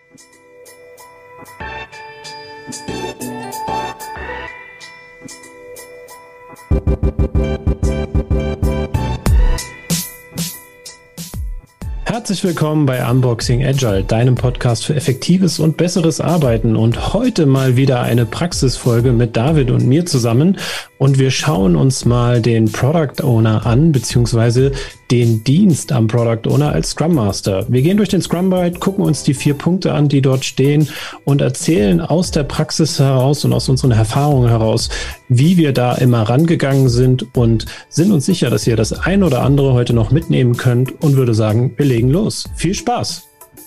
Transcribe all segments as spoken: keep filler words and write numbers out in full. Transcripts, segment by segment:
Herzlich willkommen bei Unboxing Agile, deinem Podcast für effektives und besseres Arbeiten. Und heute mal wieder eine Praxisfolge mit David und mir zusammen. Und wir schauen uns mal den Product Owner an, beziehungsweise den Dienst am Product Owner als Scrum Master. Wir gehen durch den Scrum Guide, gucken uns die vier Punkte an, die dort stehen und erzählen aus der Praxis heraus und aus unseren Erfahrungen heraus, wie wir da immer rangegangen sind und sind uns sicher, dass ihr das ein oder andere heute noch mitnehmen könnt und würde sagen, wir legen los. Viel Spaß!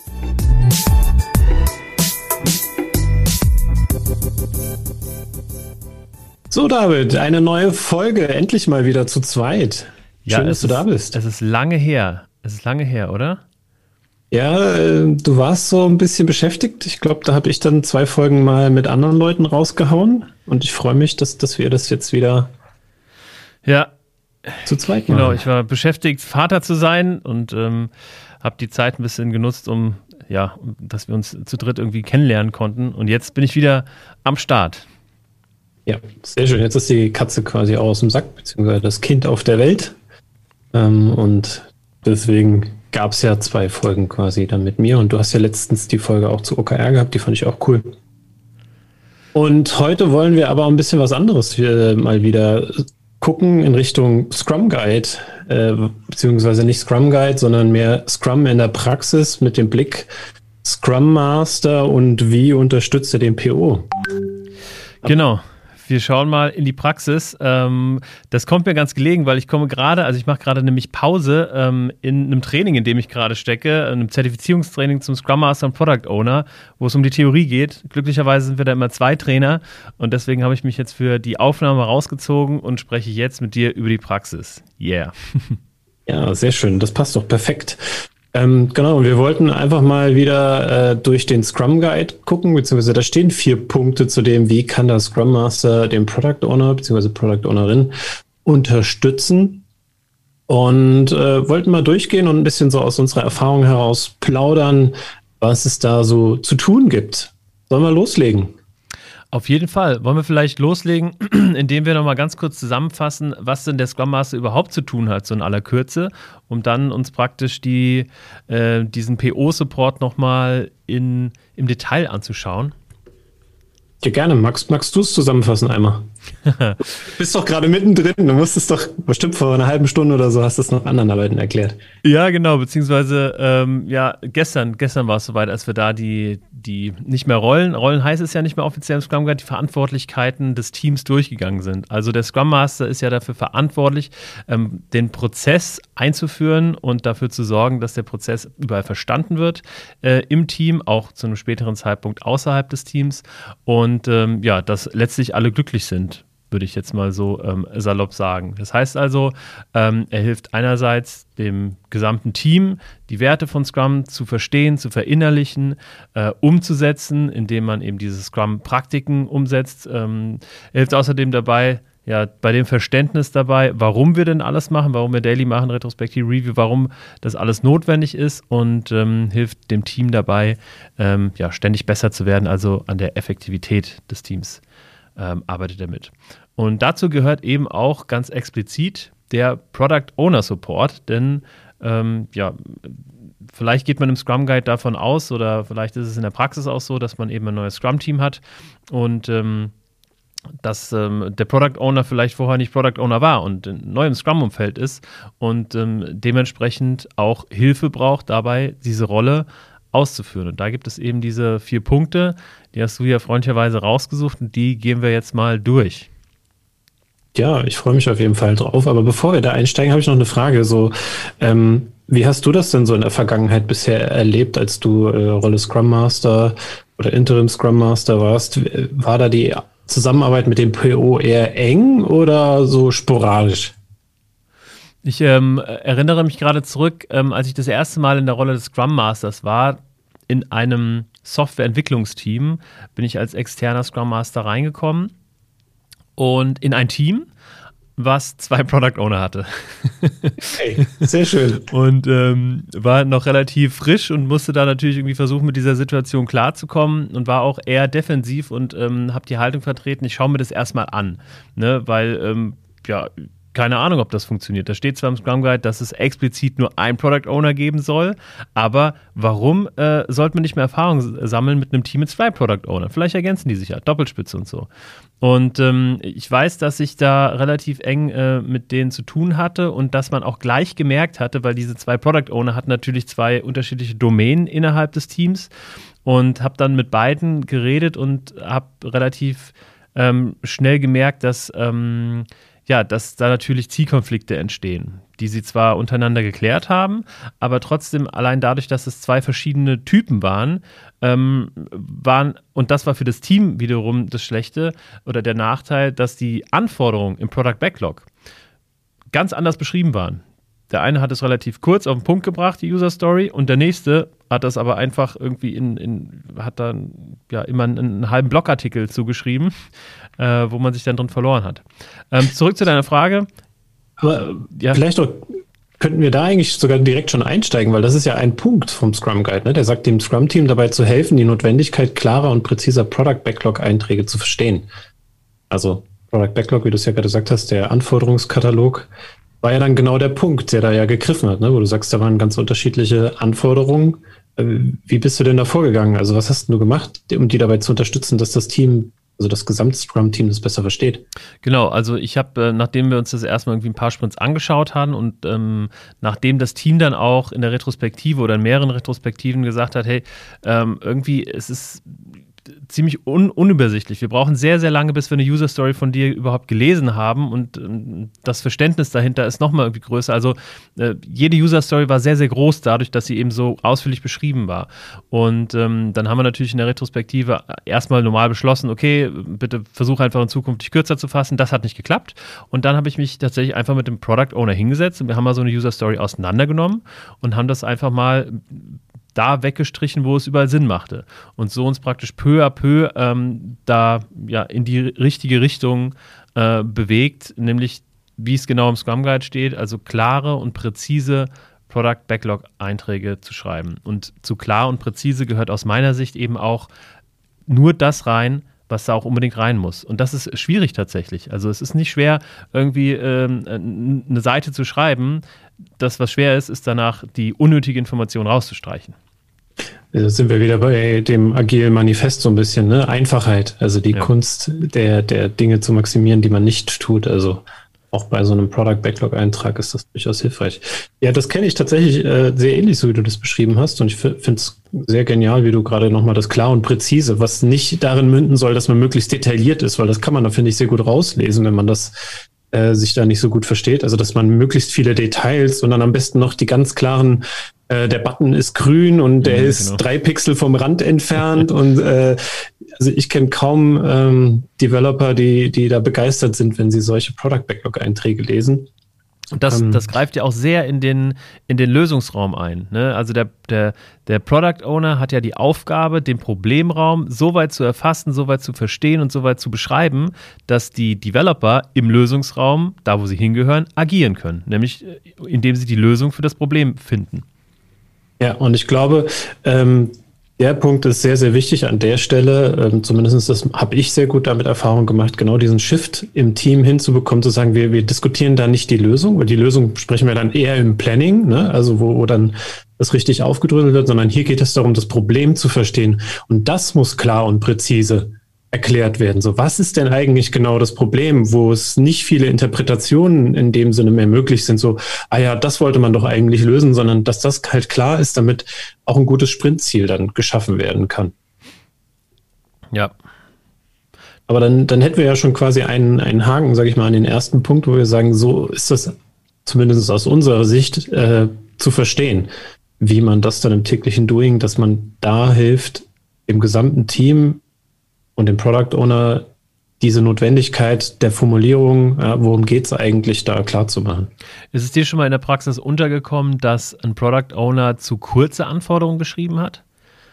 So, David, eine neue Folge, endlich mal wieder zu zweit. Ja, schön, dass du ist, da bist. Es ist lange her. Es ist lange her, oder? Ja, äh, du warst so ein bisschen beschäftigt. Ich glaube, da habe ich dann zwei Folgen mal mit anderen Leuten rausgehauen. Und ich freue mich, dass, dass wir das jetzt wieder ja. zu zweit machen. Genau, ich war beschäftigt, Vater zu sein und ähm, habe die Zeit ein bisschen genutzt, um, ja, dass wir uns zu dritt irgendwie kennenlernen konnten. Und jetzt bin ich wieder am Start. Ja, sehr schön. Jetzt ist die Katze quasi aus dem Sack, beziehungsweise das Kind auf der Welt. Ähm, und deswegen gab es ja zwei Folgen quasi dann mit mir. Und du hast ja letztens die Folge auch zu O K R gehabt, die fand ich auch cool. Und heute wollen wir aber ein bisschen was anderes äh, mal wieder gucken in Richtung Scrum Guide, äh, beziehungsweise nicht Scrum Guide, sondern mehr Scrum in der Praxis mit dem Blick Scrum Master und wie unterstützt er den P O. Genau. Wir schauen mal in die Praxis. Ähm, das kommt mir ganz gelegen, weil ich komme gerade, also ich mache gerade nämlich Pause ähm, in einem Training, in dem ich gerade stecke, einem Zertifizierungstraining zum Scrum Master und Product Owner, wo es um die Theorie geht. Glücklicherweise sind wir da immer zwei Trainer und deswegen habe ich mich jetzt für die Aufnahme rausgezogen und spreche jetzt mit dir über die Praxis. Yeah. Ja, sehr schön. Das passt doch perfekt. Ähm, genau, wir wollten einfach mal wieder äh, durch den Scrum Guide gucken, beziehungsweise da stehen vier Punkte zu dem, wie kann der Scrum Master den Product Owner, beziehungsweise Product Ownerin unterstützen und äh, wollten mal durchgehen und ein bisschen so aus unserer Erfahrung heraus plaudern, was es da so zu tun gibt. Sollen wir loslegen? Auf jeden Fall. Wollen wir vielleicht loslegen, indem wir nochmal ganz kurz zusammenfassen, was denn der Scrum Master überhaupt zu tun hat, so in aller Kürze, um dann uns praktisch die, äh, diesen P O-Support nochmal in, im Detail anzuschauen. Ja, gerne. Magst, magst du es zusammenfassen einmal? Du bist doch gerade mittendrin. Du musstest doch bestimmt vor einer halben Stunde oder so hast du es noch anderen Leuten erklärt. Ja, genau. Beziehungsweise, ähm, ja, gestern, gestern war es soweit, als wir da die, die nicht mehr Rollen, Rollen heißt es ja nicht mehr offiziell im Scrum Guide, die Verantwortlichkeiten des Teams durchgegangen sind. Also der Scrum Master ist ja dafür verantwortlich, ähm, den Prozess einzuführen und dafür zu sorgen, dass der Prozess überall verstanden wird äh, im Team, auch zu einem späteren Zeitpunkt außerhalb des Teams und ähm, ja, dass letztlich alle glücklich sind, würde ich jetzt mal so ähm, salopp sagen. Das heißt also, ähm, er hilft einerseits dem gesamten Team, die Werte von Scrum zu verstehen, zu verinnerlichen, äh, umzusetzen, indem man eben diese Scrum-Praktiken umsetzt. Ähm, er hilft außerdem dabei, ja, bei dem Verständnis dabei, warum wir denn alles machen, warum wir Daily machen, Retrospective Review, warum das alles notwendig ist und ähm, hilft dem Team dabei, ähm, ja, ständig besser zu werden, also an der Effektivität des Teams ähm, arbeitet er mit. Und dazu gehört eben auch ganz explizit der Product Owner Support, denn ähm, ja, vielleicht geht man im Scrum Guide davon aus oder vielleicht ist es in der Praxis auch so, dass man eben ein neues Scrum-Team hat und ähm, dass ähm, der Product Owner vielleicht vorher nicht Product Owner war und neu im Scrum-Umfeld ist und ähm, dementsprechend auch Hilfe braucht, dabei diese Rolle auszuführen. Und da gibt es eben diese vier Punkte, die hast du ja freundlicherweise rausgesucht und die gehen wir jetzt mal durch. Ja, ich freue mich auf jeden Fall drauf. Aber bevor wir da einsteigen, habe ich noch eine Frage. So, ähm, wie hast du das denn so in der Vergangenheit bisher erlebt, als du äh, Rolle Scrum Master oder Interim Scrum Master warst? War da die Zusammenarbeit mit dem P O eher eng oder so sporadisch? Ich ähm, erinnere mich gerade zurück, ähm, als ich das erste Mal in der Rolle des Scrum Masters war, in einem Softwareentwicklungsteam, bin ich als externer Scrum Master reingekommen und in ein Team, was zwei Product Owner hatte. Hey, sehr schön. Und ähm, war noch relativ frisch und musste da natürlich irgendwie versuchen, mit dieser Situation klarzukommen und war auch eher defensiv und ähm, habe die Haltung vertreten, ich schaue mir das erstmal an, ne? Weil, ähm, ja, keine Ahnung, ob das funktioniert. Da steht zwar im Scrum Guide, dass es explizit nur einen Product Owner geben soll, aber warum äh, sollte man nicht mehr Erfahrung sammeln mit einem Team mit zwei Product Owner? Vielleicht ergänzen die sich ja, Doppelspitze und so. Und ähm, ich weiß, dass ich da relativ eng äh, mit denen zu tun hatte und dass man auch gleich gemerkt hatte, weil diese zwei Product Owner hatten natürlich zwei unterschiedliche Domänen innerhalb des Teams und habe dann mit beiden geredet und habe relativ ähm, schnell gemerkt, dass ähm, ja, dass da natürlich Zielkonflikte entstehen, die sie zwar untereinander geklärt haben, aber trotzdem allein dadurch, dass es zwei verschiedene Typen waren, ähm, waren, und das war für das Team wiederum das Schlechte oder der Nachteil, dass die Anforderungen im Product Backlog ganz anders beschrieben waren. Der eine hat es relativ kurz auf den Punkt gebracht, die User Story, und der nächste hat das aber einfach irgendwie in, in hat dann ja immer einen, einen halben Blogartikel zugeschrieben, äh, wo man sich dann drin verloren hat. Ähm, zurück zu deiner Frage. Aber ja. Vielleicht auch, könnten wir da eigentlich sogar direkt schon einsteigen, weil das ist ja ein Punkt vom Scrum Guide, ne? Der sagt dem Scrum-Team dabei zu helfen, die Notwendigkeit klarer und präziser Product Backlog-Einträge zu verstehen. Also Product Backlog, wie du es ja gerade gesagt hast, der Anforderungskatalog, war ja dann genau der Punkt, der da ja gegriffen hat, ne? Wo du sagst, da waren ganz unterschiedliche Anforderungen. Wie bist du denn da vorgegangen? Also was hast du gemacht, um die dabei zu unterstützen, dass das Team, also das gesamte Scrum-Team, das besser versteht? Genau, also ich habe, nachdem wir uns das erstmal irgendwie ein paar Sprints angeschaut haben und ähm, nachdem das Team dann auch in der Retrospektive oder in mehreren Retrospektiven gesagt hat, hey, ähm, irgendwie es ist ziemlich un- unübersichtlich. Wir brauchen sehr, sehr lange, bis wir eine User-Story von dir überhaupt gelesen haben und äh, das Verständnis dahinter ist nochmal irgendwie größer. Also äh, jede User-Story war sehr, sehr groß dadurch, dass sie eben so ausführlich beschrieben war. Und ähm, dann haben wir natürlich in der Retrospektive erstmal normal beschlossen, okay, bitte versuche einfach in Zukunft dich kürzer zu fassen. Das hat nicht geklappt. Und dann habe ich mich tatsächlich einfach mit dem Product Owner hingesetzt und wir haben mal so eine User-Story auseinandergenommen und haben das einfach mal da weggestrichen, wo es überall Sinn machte. Und so uns praktisch peu à peu ähm, da ja in die richtige Richtung äh, bewegt, nämlich wie es genau im Scrum Guide steht, also klare und präzise Product Backlog Einträge zu schreiben. Und zu klar und präzise gehört aus meiner Sicht eben auch nur das rein, was da auch unbedingt rein muss. Und das ist schwierig tatsächlich. Also es ist nicht schwer, irgendwie ähm, eine Seite zu schreiben. Das, was schwer ist, ist danach die unnötige Information rauszustreichen. Da sind wir wieder bei dem Agile Manifest so ein bisschen, ne? Einfachheit, also die ja. Kunst der, der Dinge zu maximieren, die man nicht tut. Also auch bei so einem Product Backlog Eintrag ist das durchaus hilfreich. Ja, das kenne ich tatsächlich äh, sehr ähnlich, so wie du das beschrieben hast. Und ich f- finde es sehr genial, wie du gerade nochmal das klar und präzise, was nicht darin münden soll, dass man möglichst detailliert ist, weil das kann man da, finde ich, sehr gut rauslesen, wenn man das äh, sich da nicht so gut versteht. Also, dass man möglichst viele Details und dann am besten noch die ganz klaren, äh, der Button ist grün und der ja, ist genau. drei Pixel vom Rand entfernt und äh, also ich kenne kaum ähm, Developer, die, die da begeistert sind, wenn sie solche Product Backlog-Einträge lesen. Und das, das greift ja auch sehr in den, in den Lösungsraum ein, ne? Also der, der, der Product Owner hat ja die Aufgabe, den Problemraum so weit zu erfassen, so weit zu verstehen und so weit zu beschreiben, dass die Developer im Lösungsraum, da wo sie hingehören, agieren können. Nämlich indem sie die Lösung für das Problem finden. Ja, und ich glaube, ähm, der Punkt ist sehr, sehr wichtig an der Stelle. Ähm, zumindest das habe ich sehr gut damit Erfahrung gemacht, genau diesen Shift im Team hinzubekommen, zu sagen, wir, wir diskutieren da nicht die Lösung, weil die Lösung sprechen wir dann eher im Planning, ne? Also wo, wo dann das richtig aufgedröselt wird, sondern hier geht es darum, das Problem zu verstehen. Und das muss klar und präzise erklärt werden. So, was ist denn eigentlich genau das Problem, wo es nicht viele Interpretationen in dem Sinne mehr möglich sind, so, ah ja, das wollte man doch eigentlich lösen, sondern dass das halt klar ist, damit auch ein gutes Sprintziel dann geschaffen werden kann. Ja. Aber dann, dann hätten wir ja schon quasi einen, einen Haken, sage ich mal, an den ersten Punkt, wo wir sagen, so ist das zumindest aus unserer Sicht äh, zu verstehen, wie man das dann im täglichen Doing, dass man da hilft, im gesamten Team und dem Product Owner diese Notwendigkeit der Formulierung, ja, worum geht es eigentlich, da klar zu machen. Ist es dir schon mal in der Praxis untergekommen, dass ein Product Owner zu kurze Anforderungen geschrieben hat?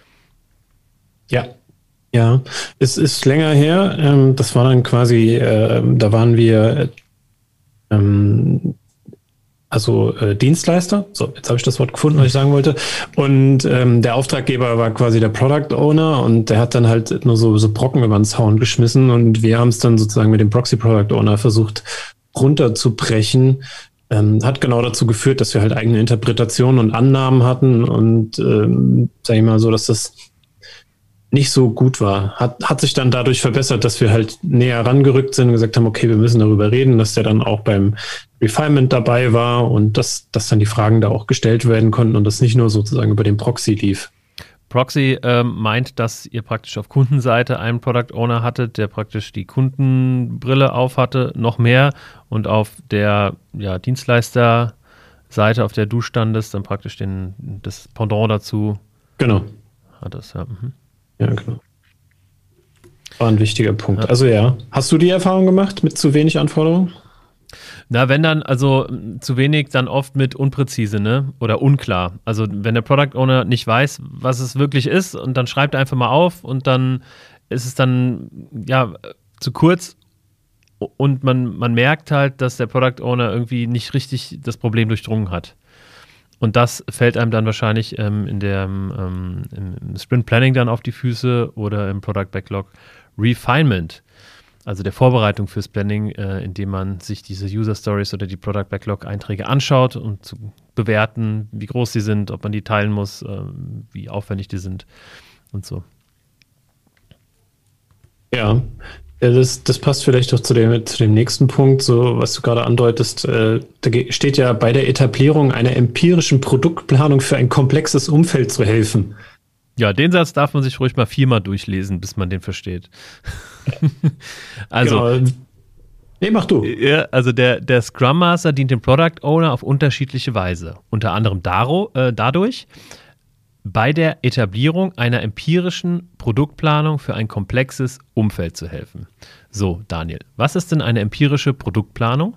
Ja, ja. Es ist länger her. Ähm, das war dann quasi, äh, da waren wir ähm, also äh, Dienstleister. So, jetzt habe ich das Wort gefunden, was ich sagen wollte. Und ähm, der Auftraggeber war quasi der Product Owner und der hat dann halt nur so, so Brocken über den Zaun geschmissen und wir haben es dann sozusagen mit dem Proxy Product Owner versucht runterzubrechen. Ähm, hat genau dazu geführt, dass wir halt eigene Interpretationen und Annahmen hatten und ähm, sage ich mal so, dass das nicht so gut war. Hat, hat sich dann dadurch verbessert, dass wir halt näher rangerückt sind und gesagt haben, okay, wir müssen darüber reden, dass der dann auch beim Refinement dabei war und dass, dass dann die Fragen da auch gestellt werden konnten und das nicht nur sozusagen über den Proxy lief. Proxy ähm, meint, dass ihr praktisch auf Kundenseite einen Product Owner hattet, der praktisch die Kundenbrille auf hatte, noch mehr, und auf der ja, Dienstleisterseite, auf der du standest, dann praktisch den, das Pendant dazu. Genau. Hattest, ja. Mhm. Ja, genau. War ein wichtiger Punkt. Ja. Also ja, hast du die Erfahrung gemacht mit zu wenig Anforderungen? Na, wenn dann, also zu wenig, dann oft mit unpräzise, ne? Oder unklar. Also wenn der Product Owner nicht weiß, was es wirklich ist und dann schreibt er einfach mal auf und dann ist es dann, ja, zu kurz und man, man merkt halt, dass der Product Owner irgendwie nicht richtig das Problem durchdrungen hat. Und das fällt einem dann wahrscheinlich ähm, in der, ähm, im Sprint Planning dann auf die Füße oder im Product Backlog Refinement, also der Vorbereitung fürs Planning, äh, indem man sich diese User Stories oder die Product Backlog Einträge anschaut, um zu bewerten, wie groß sie sind, ob man die teilen muss, äh, wie aufwendig die sind und so. Ja. Ja, das, das passt vielleicht auch zu dem, zu dem nächsten Punkt, so was du gerade andeutest. Äh, da steht ja bei der Etablierung einer empirischen Produktplanung für ein komplexes Umfeld zu helfen. Ja, den Satz darf man sich ruhig mal viermal durchlesen, bis man den versteht. Also, genau. Nee, mach du. Ja, also der, der Scrum Master dient dem Product Owner auf unterschiedliche Weise. Unter anderem daro, äh, dadurch, bei der Etablierung einer empirischen Produktplanung für ein komplexes Umfeld zu helfen. So, Daniel, was ist denn eine empirische Produktplanung?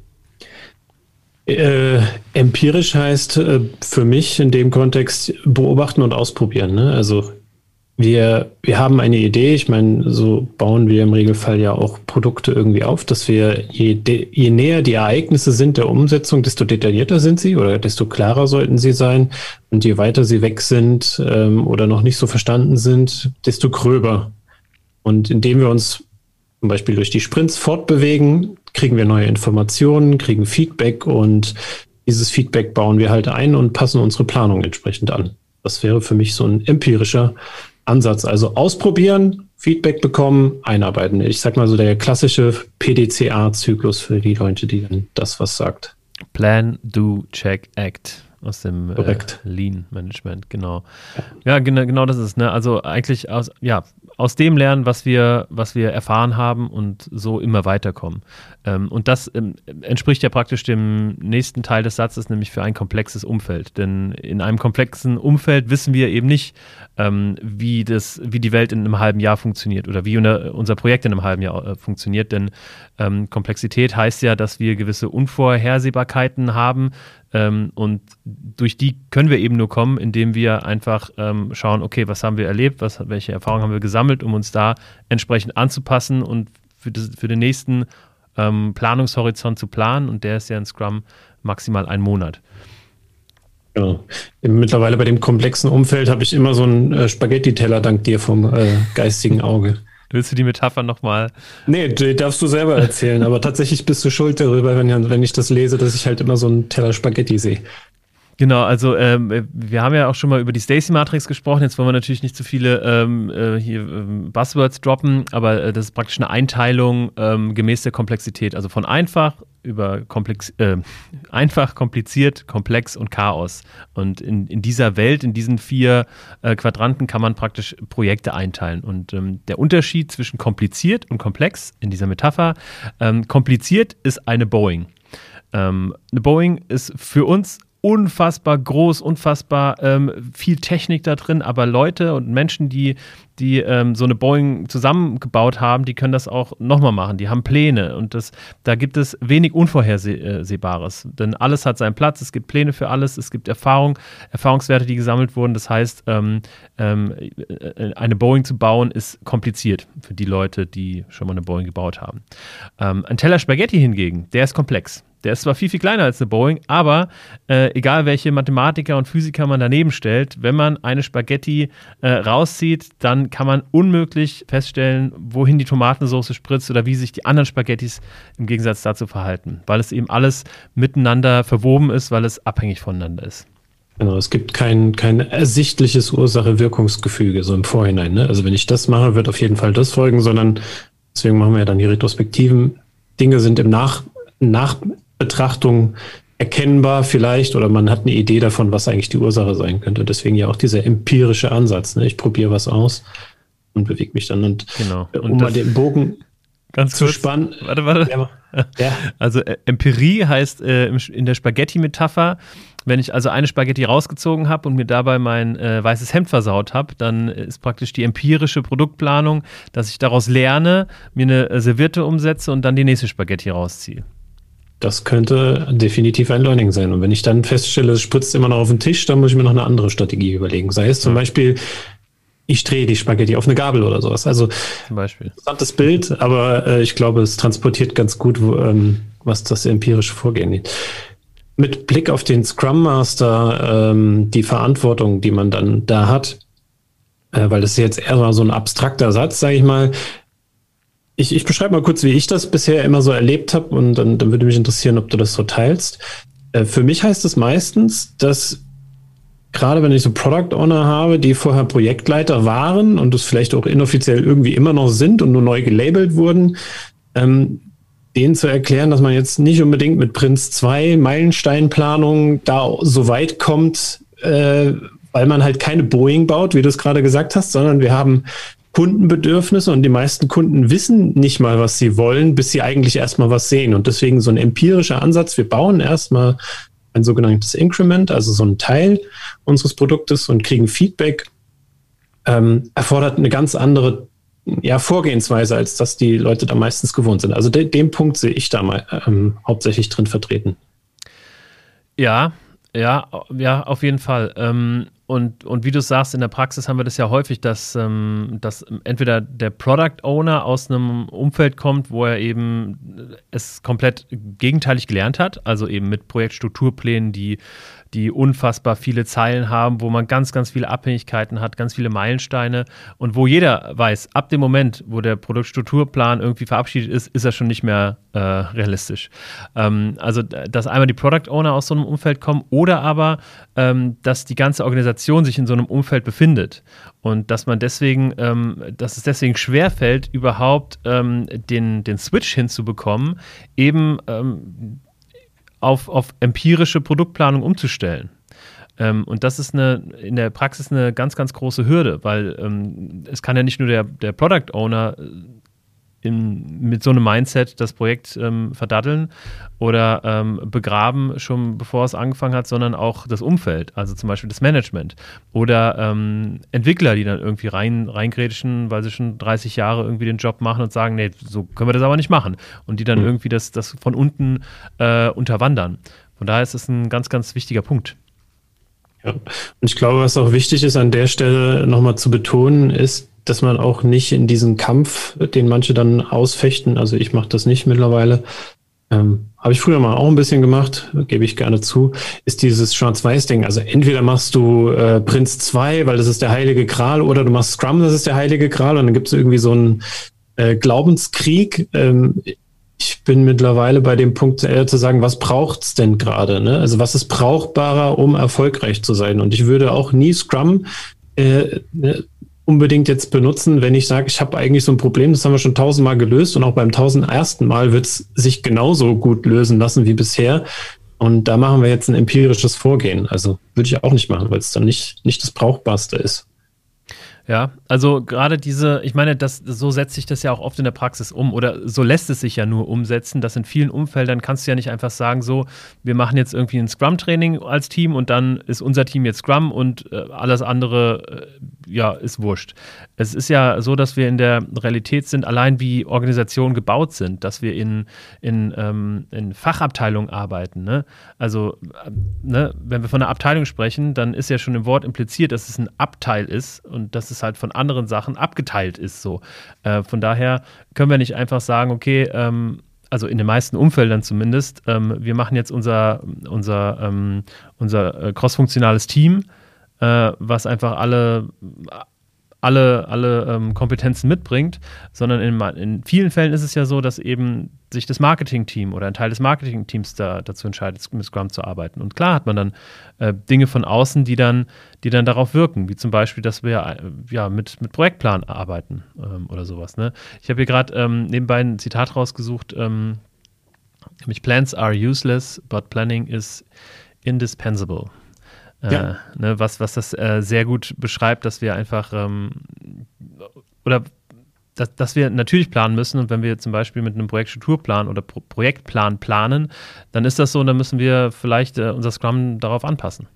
Äh, empirisch heißt äh, für mich in dem Kontext beobachten und ausprobieren. Ne? Also wir, wir haben eine Idee, ich meine, so bauen wir im Regelfall ja auch Produkte irgendwie auf, dass wir, je, de, je näher die Ereignisse sind der Umsetzung, desto detaillierter sind sie oder desto klarer sollten sie sein. Und je weiter sie weg sind ähm, oder noch nicht so verstanden sind, desto gröber. Und indem wir uns zum Beispiel durch die Sprints fortbewegen, kriegen wir neue Informationen, kriegen Feedback und dieses Feedback bauen wir halt ein und passen unsere Planung entsprechend an. Das wäre für mich so ein empirischer Ansatz. Also ausprobieren, Feedback bekommen, einarbeiten. Ich sag mal so der klassische P D C A-Zyklus für die Leute, die dann das was sagt. Plan, Do, Check, Act. Aus dem äh, Lean-Management, genau. Ja, ja genau, genau das ist, ne? Also eigentlich aus, ja, aus dem lernen, was wir, was wir erfahren haben und so immer weiterkommen. Ähm, und das ähm, entspricht ja praktisch dem nächsten Teil des Satzes, nämlich für ein komplexes Umfeld. Denn in einem komplexen Umfeld wissen wir eben nicht, ähm, wie, das, wie die Welt in einem halben Jahr funktioniert oder wie unser Projekt in einem halben Jahr äh, funktioniert. Denn ähm, Komplexität heißt ja, dass wir gewisse Unvorhersehbarkeiten haben, ähm, und durch die können wir eben nur kommen, indem wir einfach ähm, schauen, okay, was haben wir erlebt, was, welche Erfahrungen haben wir gesammelt, um uns da entsprechend anzupassen und für, das, für den nächsten ähm, Planungshorizont zu planen. Und der ist ja in Scrum maximal ein Monat. Ja. Mittlerweile bei dem komplexen Umfeld habe ich immer so einen äh, Spaghetti-Teller dank dir vom äh, geistigen Auge. Willst du die Metapher nochmal? Nee, die darfst du selber erzählen, aber tatsächlich bist du schuld darüber, wenn, wenn ich das lese, dass ich halt immer so einen Teller Spaghetti sehe. Genau, also ähm, wir haben ja auch schon mal über die Stacy-Matrix gesprochen. Jetzt wollen wir natürlich nicht zu viele ähm, äh, hier ähm, Buzzwords droppen, aber äh, das ist praktisch eine Einteilung ähm, gemäß der Komplexität. Also von einfach über komplex, äh, einfach, kompliziert, komplex und Chaos. Und in, in dieser Welt, in diesen vier äh, Quadranten kann man praktisch Projekte einteilen. Und ähm, der Unterschied zwischen kompliziert und komplex in dieser Metapher, ähm, kompliziert ist eine Boeing. Ähm, eine Boeing ist für uns unfassbar groß, unfassbar ähm, viel Technik da drin, aber Leute und Menschen, die, die ähm, so eine Boeing zusammengebaut haben, die können das auch nochmal machen, die haben Pläne und das, da gibt es wenig Unvorhersehbares, denn alles hat seinen Platz, es gibt Pläne für alles, es gibt Erfahrung, Erfahrungswerte, die gesammelt wurden, das heißt, ähm, ähm, eine Boeing zu bauen ist kompliziert für die Leute, die schon mal eine Boeing gebaut haben. Ähm, ein Teller Spaghetti hingegen, der ist komplex. Der ist zwar viel, viel kleiner als eine Boeing, aber äh, egal welche Mathematiker und Physiker man daneben stellt, wenn man eine Spaghetti äh, rauszieht, dann kann man unmöglich feststellen, wohin die Tomatensauce spritzt oder wie sich die anderen Spaghettis im Gegensatz dazu verhalten, weil es eben alles miteinander verwoben ist, weil es abhängig voneinander ist. Genau, es gibt kein, kein ersichtliches Ursache-Wirkungsgefüge so im Vorhinein. Ne? Also wenn ich das mache, wird auf jeden Fall das folgen, sondern deswegen machen wir ja dann die retrospektiven Dinge sind im Nach, Nach Betrachtung erkennbar vielleicht oder man hat eine Idee davon, was eigentlich die Ursache sein könnte. Deswegen ja auch dieser empirische Ansatz. Ne? Ich probiere was aus und bewege mich dann. Und, genau. und um mal den Bogen ganz zu kurz, spannen. Warte, warte. Ja. Ja. Also äh, Empirie heißt äh, in der Spaghetti-Metapher, wenn ich also eine Spaghetti rausgezogen habe und mir dabei mein äh, weißes Hemd versaut habe, dann ist praktisch die empirische Produktplanung, dass ich daraus lerne, mir eine äh, Serviette umsetze und dann die nächste Spaghetti rausziehe. Das könnte definitiv ein Learning sein. Und wenn ich dann feststelle, es spritzt immer noch auf den Tisch, dann muss ich mir noch eine andere Strategie überlegen. Sei es zum ja. Beispiel, ich drehe die Spaghetti auf eine Gabel oder sowas. Also zum Beispiel. Interessantes Bild, aber äh, ich glaube, es transportiert ganz gut, wo, ähm, was das empirische Vorgehen ist. Mit Blick auf den Scrum Master, ähm, die Verantwortung, die man dann da hat, äh, weil das ist jetzt eher so ein abstrakter Satz, sage ich mal. Ich, ich beschreibe mal kurz, wie ich das bisher immer so erlebt habe und dann, dann würde mich interessieren, ob du das so teilst. Äh, für mich heißt es meistens, dass gerade wenn ich so Product Owner habe, die vorher Projektleiter waren und das vielleicht auch inoffiziell irgendwie immer noch sind und nur neu gelabelt wurden, ähm, denen zu erklären, dass man jetzt nicht unbedingt mit Prince zwei Meilensteinplanung da so weit kommt, äh, weil man halt keine Boeing baut, wie du es gerade gesagt hast, sondern wir haben Kundenbedürfnisse und die meisten Kunden wissen nicht mal, was sie wollen, bis sie eigentlich erstmal was sehen. Und deswegen so ein empirischer Ansatz, wir bauen erstmal ein sogenanntes Increment, also so ein Teil unseres Produktes und kriegen Feedback, ähm, erfordert eine ganz andere ja, Vorgehensweise, als dass die Leute da meistens gewohnt sind. Also de- den Punkt sehe ich da mal ähm, hauptsächlich drin vertreten. Ja, ja, ja, auf jeden Fall. Ähm, und, und wie du sagst, in der Praxis haben wir das ja häufig, dass, ähm, dass entweder der Product Owner aus einem Umfeld kommt, wo er eben es komplett gegenteilig gelernt hat, also eben mit Projektstrukturplänen, die die unfassbar viele Zeilen haben, wo man ganz, ganz viele Abhängigkeiten hat, ganz viele Meilensteine und wo jeder weiß, ab dem Moment, wo der Produktstrukturplan irgendwie verabschiedet ist, ist er schon nicht mehr äh, realistisch. Ähm, also, dass einmal die Product Owner aus so einem Umfeld kommen oder aber, ähm, dass die ganze Organisation sich in so einem Umfeld befindet und dass man deswegen, ähm, dass es deswegen schwerfällt, überhaupt ähm, den, den Switch hinzubekommen, eben ähm, Auf, auf empirische Produktplanung umzustellen. Ähm, und das ist eine, in der Praxis eine ganz, ganz große Hürde, weil ähm, es kann ja nicht nur der, der Product Owner in, mit so einem Mindset das Projekt ähm, verdatteln oder ähm, begraben, schon bevor es angefangen hat, sondern auch das Umfeld, also zum Beispiel das Management oder ähm, Entwickler, die dann irgendwie rein, reingrätschen, weil sie schon dreißig Jahre irgendwie den Job machen und sagen, nee, so können wir das aber nicht machen und die dann mhm. irgendwie das, das von unten äh, unterwandern. Von daher ist es ein ganz, ganz wichtiger Punkt. Ja. Und ich glaube, was auch wichtig ist an der Stelle nochmal zu betonen, ist, dass man auch nicht in diesen Kampf, den manche dann ausfechten, also ich mache das nicht mittlerweile, ähm, habe ich früher mal auch ein bisschen gemacht, gebe ich gerne zu, ist dieses Schwarz-Weiß-Ding. Also entweder machst du äh, Prince zwei, weil das ist der heilige Gral, oder du machst Scrum, das ist der heilige Gral, und dann gibt es irgendwie so einen äh, Glaubenskrieg. Ähm, ich bin mittlerweile bei dem Punkt eher zu sagen, was braucht's denn gerade? Ne? Also was ist brauchbarer, um erfolgreich zu sein? Und ich würde auch nie Scrum äh, unbedingt jetzt benutzen, wenn ich sage, ich habe eigentlich so ein Problem, das haben wir schon tausendmal gelöst und auch beim tausendundersten Mal wird es sich genauso gut lösen lassen wie bisher. Und da machen wir jetzt ein empirisches Vorgehen. Also würde ich auch nicht machen, weil es dann nicht, nicht das Brauchbarste ist. Ja, also gerade diese, ich meine, das, so setzt sich das ja auch oft in der Praxis um oder so lässt es sich ja nur umsetzen, dass in vielen Umfeldern kannst du ja nicht einfach sagen, so, wir machen jetzt irgendwie ein Scrum-Training als Team und dann ist unser Team jetzt Scrum und äh, alles andere, äh, ja, ist wurscht. Es ist ja so, dass wir in der Realität sind, allein wie Organisationen gebaut sind, dass wir in, in, ähm, in Fachabteilungen arbeiten, ne? Also, äh, ne, wenn wir von einer Abteilung sprechen, dann ist ja schon im Wort impliziert, dass es ein Abteil ist und dass es halt von anderen Sachen abgeteilt ist. So. Äh, von daher können wir nicht einfach sagen, okay, ähm, also in den meisten Umfeldern zumindest, ähm, wir machen jetzt unser, unser, ähm, unser äh, crossfunktionales Team, äh, was einfach alle, alle, alle ähm, Kompetenzen mitbringt, sondern in, in vielen Fällen ist es ja so, dass eben sich das Marketing-Team oder ein Teil des Marketing-Teams da, dazu entscheidet, mit Scrum zu arbeiten. Und klar hat man dann äh, Dinge von außen, die dann, die dann darauf wirken, wie zum Beispiel, dass wir äh, ja, mit, mit Projektplan arbeiten ähm, oder sowas. Ne? Ich habe hier gerade ähm, nebenbei ein Zitat rausgesucht, ähm, nämlich Plans are useless, but planning is indispensable. Ja. Äh, ne, was, was das äh, sehr gut beschreibt, dass wir einfach ähm, oder dass, dass wir natürlich planen müssen und wenn wir zum Beispiel mit einem Projektstrukturplan oder Pro- Projektplan planen, dann ist das so und dann müssen wir vielleicht äh, unser Scrum darauf anpassen.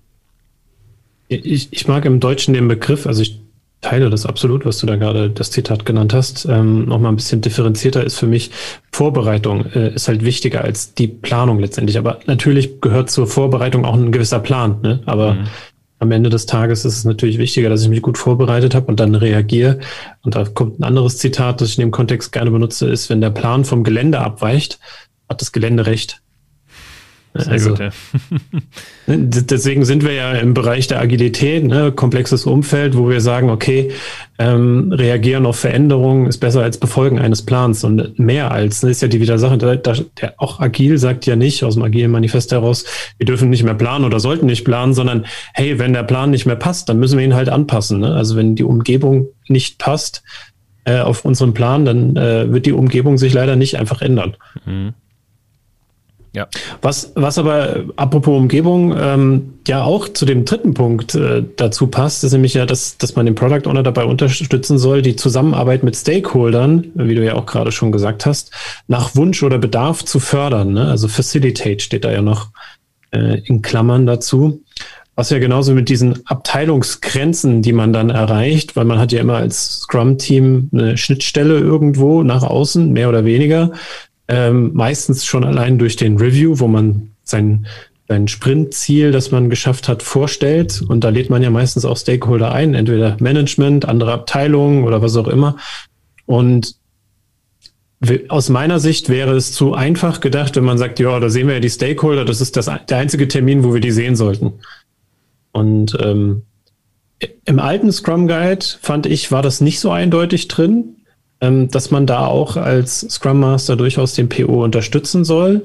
Ich, ich mag im Deutschen den Begriff, also ich teile das absolut, was du da gerade das Zitat genannt hast, ähm, nochmal ein bisschen differenzierter ist für mich, Vorbereitung äh, ist halt wichtiger als die Planung letztendlich, aber natürlich gehört zur Vorbereitung auch ein gewisser Plan, ne? Aber mhm. am Ende des Tages ist es natürlich wichtiger, dass ich mich gut vorbereitet habe und dann reagiere. Und da kommt ein anderes Zitat, das ich in dem Kontext gerne benutze, ist, wenn der Plan vom Gelände abweicht, hat das Gelände recht. Sehr also, gut, ja. Deswegen sind wir ja im Bereich der Agilität, ne, komplexes Umfeld, wo wir sagen, okay, ähm, reagieren auf Veränderungen ist besser als Befolgen eines Plans und mehr als, ne, ist ja die wieder Sache, der, der, auch agil sagt ja nicht aus dem agilen Manifest heraus, wir dürfen nicht mehr planen oder sollten nicht planen, sondern hey, wenn der Plan nicht mehr passt, dann müssen wir ihn halt anpassen. Ne? Also wenn die Umgebung nicht passt äh, auf unseren Plan, dann äh, wird die Umgebung sich leider nicht einfach ändern. Mhm. Ja. Was, was aber, apropos Umgebung, ähm, ja auch zu dem dritten Punkt äh, dazu passt, ist nämlich ja, dass, dass man den Product Owner dabei unterstützen soll, die Zusammenarbeit mit Stakeholdern, wie du ja auch gerade schon gesagt hast, nach Wunsch oder Bedarf zu fördern. Ne? Also Facilitate steht da ja noch äh, in Klammern dazu. Was ja genauso mit diesen Abteilungsgrenzen, die man dann erreicht, weil man hat ja immer als Scrum-Team eine Schnittstelle irgendwo nach außen, mehr oder weniger. Ähm, meistens schon allein durch den Review, wo man sein, sein Sprintziel, das man geschafft hat, vorstellt. Und da lädt man ja meistens auch Stakeholder ein, entweder Management, andere Abteilungen oder was auch immer. Und aus meiner Sicht wäre es zu einfach gedacht, wenn man sagt, ja, da sehen wir ja die Stakeholder, das ist das, der einzige Termin, wo wir die sehen sollten. Und ähm, im alten Scrum Guide, fand ich, war das nicht so eindeutig drin, dass man da auch als Scrum Master durchaus den P O unterstützen soll.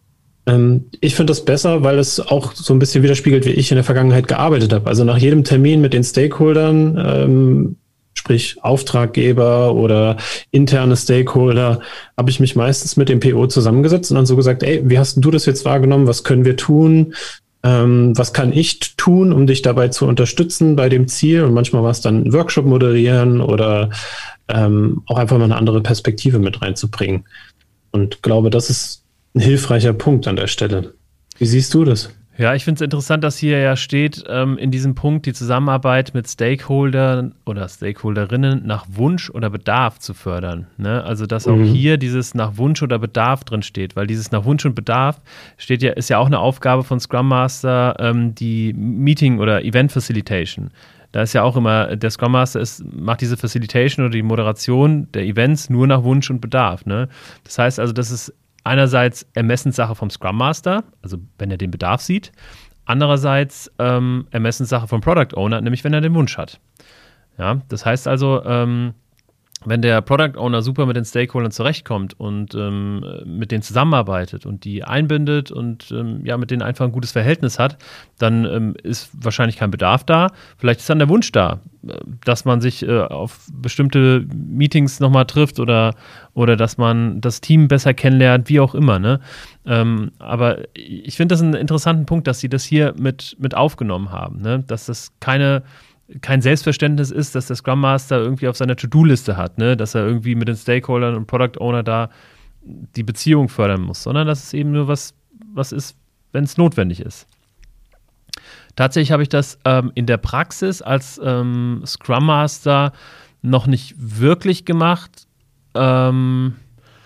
Ich finde das besser, weil es auch so ein bisschen widerspiegelt, wie ich in der Vergangenheit gearbeitet habe. Also nach jedem Termin mit den Stakeholdern, sprich Auftraggeber oder interne Stakeholder, habe ich mich meistens mit dem P O zusammengesetzt und dann so gesagt, ey, wie hast du das jetzt wahrgenommen? Was können wir tun? Was kann ich tun, um dich dabei zu unterstützen bei dem Ziel? Und manchmal war es dann ein Workshop moderieren oder Ähm, auch einfach mal eine andere Perspektive mit reinzubringen. Und glaube, das ist ein hilfreicher Punkt an der Stelle. Wie siehst du das? Ja, ich finde es interessant, dass hier ja steht, ähm, in diesem Punkt die Zusammenarbeit mit Stakeholdern oder Stakeholderinnen nach Wunsch oder Bedarf zu fördern. Ne? Also, dass auch mhm. hier dieses nach Wunsch oder Bedarf drin steht, weil dieses nach Wunsch und Bedarf steht ja, ist ja auch eine Aufgabe von Scrum Master, ähm, die Meeting- oder Event Facilitation. Da ist ja auch immer, der Scrum Master ist, macht diese Facilitation oder die Moderation der Events nur nach Wunsch und Bedarf. Ne? Das heißt also, das ist einerseits Ermessenssache vom Scrum Master, also wenn er den Bedarf sieht, andererseits ähm, Ermessenssache vom Product Owner, nämlich wenn er den Wunsch hat. Ja, das heißt also, ähm, wenn der Product Owner super mit den Stakeholdern zurechtkommt und ähm, mit denen zusammenarbeitet und die einbindet und ähm, ja, mit denen einfach ein gutes Verhältnis hat, dann ähm, ist wahrscheinlich kein Bedarf da. Vielleicht ist dann der Wunsch da, dass man sich äh, auf bestimmte Meetings nochmal trifft oder, oder dass man das Team besser kennenlernt, wie auch immer. Ne? Ähm, aber ich finde das einen interessanten Punkt, dass sie das hier mit, mit aufgenommen haben, ne? Dass das keine kein Selbstverständnis ist, dass der Scrum Master irgendwie auf seiner To-Do-Liste hat, ne? Dass er irgendwie mit den Stakeholdern und Product Owner da die Beziehung fördern muss, sondern dass es eben nur was, was ist, wenn es notwendig ist. Tatsächlich habe ich das ähm, in der Praxis als ähm, Scrum Master noch nicht wirklich gemacht. Ähm,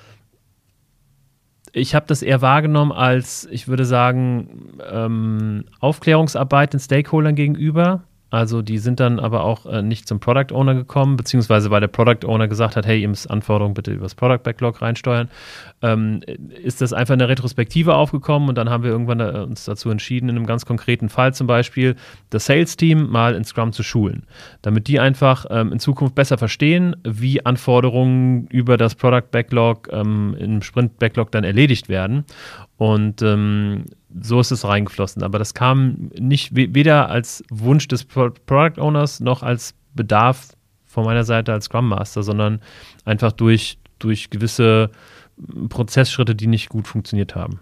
ich habe das eher wahrgenommen als, ich würde sagen, ähm, Aufklärungsarbeit den Stakeholdern gegenüber. Also die sind dann aber auch äh, nicht zum Product Owner gekommen, beziehungsweise weil der Product Owner gesagt hat, hey, ihr müsst Anforderungen bitte über das Product Backlog reinsteuern, ähm, ist das einfach in der Retrospektive aufgekommen und dann haben wir irgendwann da, uns dazu entschieden, in einem ganz konkreten Fall zum Beispiel das Sales-Team mal in Scrum zu schulen, damit die einfach ähm, in Zukunft besser verstehen, wie Anforderungen über das Product Backlog ähm, im Sprint Backlog dann erledigt werden. Und ähm, so ist es reingeflossen. Aber das kam nicht weder als Wunsch des Pro- Product Owners noch als Bedarf von meiner Seite als Scrum Master, sondern einfach durch, durch gewisse Prozessschritte, die nicht gut funktioniert haben.